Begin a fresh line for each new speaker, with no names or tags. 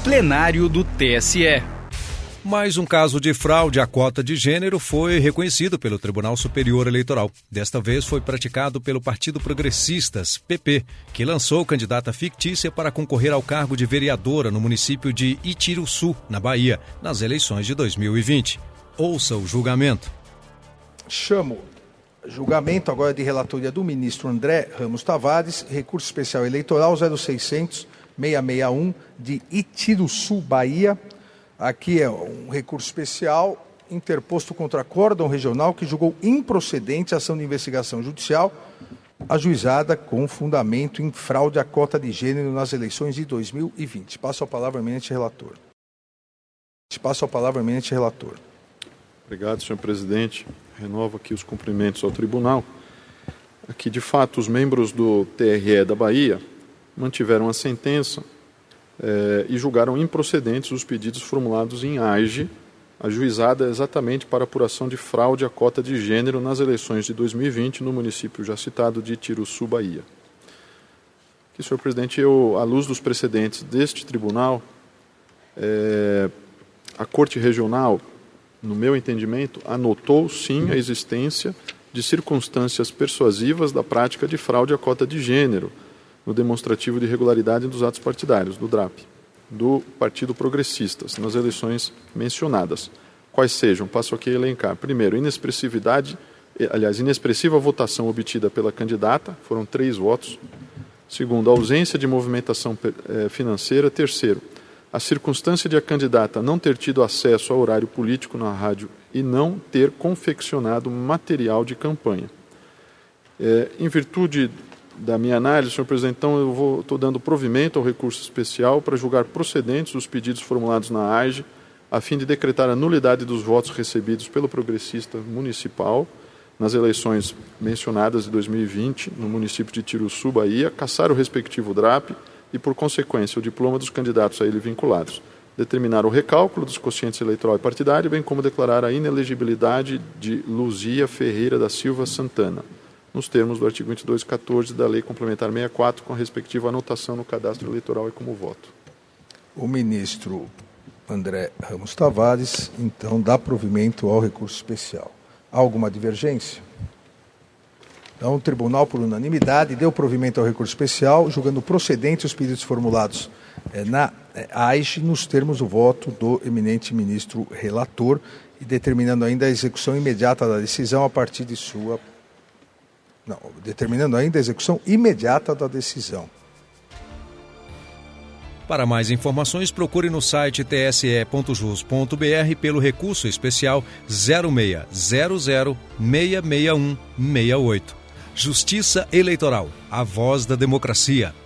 plenário do TSE.
Mais um caso de fraude à cota de gênero foi reconhecido pelo Tribunal Superior Eleitoral. Desta vez foi praticado pelo Partido Progressistas, PP, que lançou candidata fictícia para concorrer ao cargo de vereadora no município de Itiruçu, na Bahia, nas eleições de 2020. Ouça o julgamento.
Chamo julgamento agora de relatoria do ministro André Ramos Tavares, recurso especial eleitoral 0600-661 de Itiruçu, Bahia. Aqui é um recurso especial interposto contra acórdão regional que julgou improcedente a ação de investigação judicial ajuizada com fundamento em fraude à cota de gênero nas eleições de 2020. Passo a palavra ao eminente relator.
Obrigado, senhor presidente. Renovo aqui os cumprimentos ao tribunal. Aqui, de fato, os membros do TRE da Bahia mantiveram a sentença e julgaram improcedentes os pedidos formulados em AIGE, ajuizada exatamente para apuração de fraude à cota de gênero nas eleições de 2020 no município já citado de Itiruçu, Bahia. Aqui, senhor presidente, à luz dos precedentes deste tribunal, a Corte Regional, no meu entendimento, anotou sim a existência de circunstâncias persuasivas da prática de fraude à cota de gênero no demonstrativo de irregularidade dos atos partidários, do DRAP, do Partido Progressistas, nas eleições mencionadas. Quais sejam? Passo aqui a elencar. Primeiro, inexpressiva votação obtida pela candidata, foram 3 votos. Segundo, ausência de movimentação financeira. Terceiro, a circunstância de a candidata não ter tido acesso ao horário político na rádio e não ter confeccionado material de campanha. Em virtude da minha análise, senhor presidente, então eu estou dando provimento ao recurso especial para julgar procedentes os pedidos formulados na AIGE, a fim de decretar a nulidade dos votos recebidos pelo progressista municipal nas eleições mencionadas de 2020 no município de Itiruçu, Bahia, cassar o respectivo DRAP e, por consequência, o diploma dos candidatos a ele vinculados, determinar o recálculo dos quocientes eleitoral e partidário, bem como declarar a inelegibilidade de Luzia Ferreira da Silva Santana, nos termos do artigo 2214 da Lei Complementar 64, com a respectiva anotação no cadastro eleitoral e como voto.
O ministro André Ramos Tavares, então, dá provimento ao recurso especial. Há alguma divergência? Então, o tribunal, por unanimidade, deu provimento ao recurso especial, julgando procedentes os pedidos formulados na AIGE, nos termos do voto do eminente ministro relator, e determinando ainda a execução imediata da decisão a partir de sua... determinando ainda a execução imediata da decisão.
Para mais informações, procure no site tse.jus.br pelo recurso especial 0600-661-68. Justiça Eleitoral, a voz da democracia.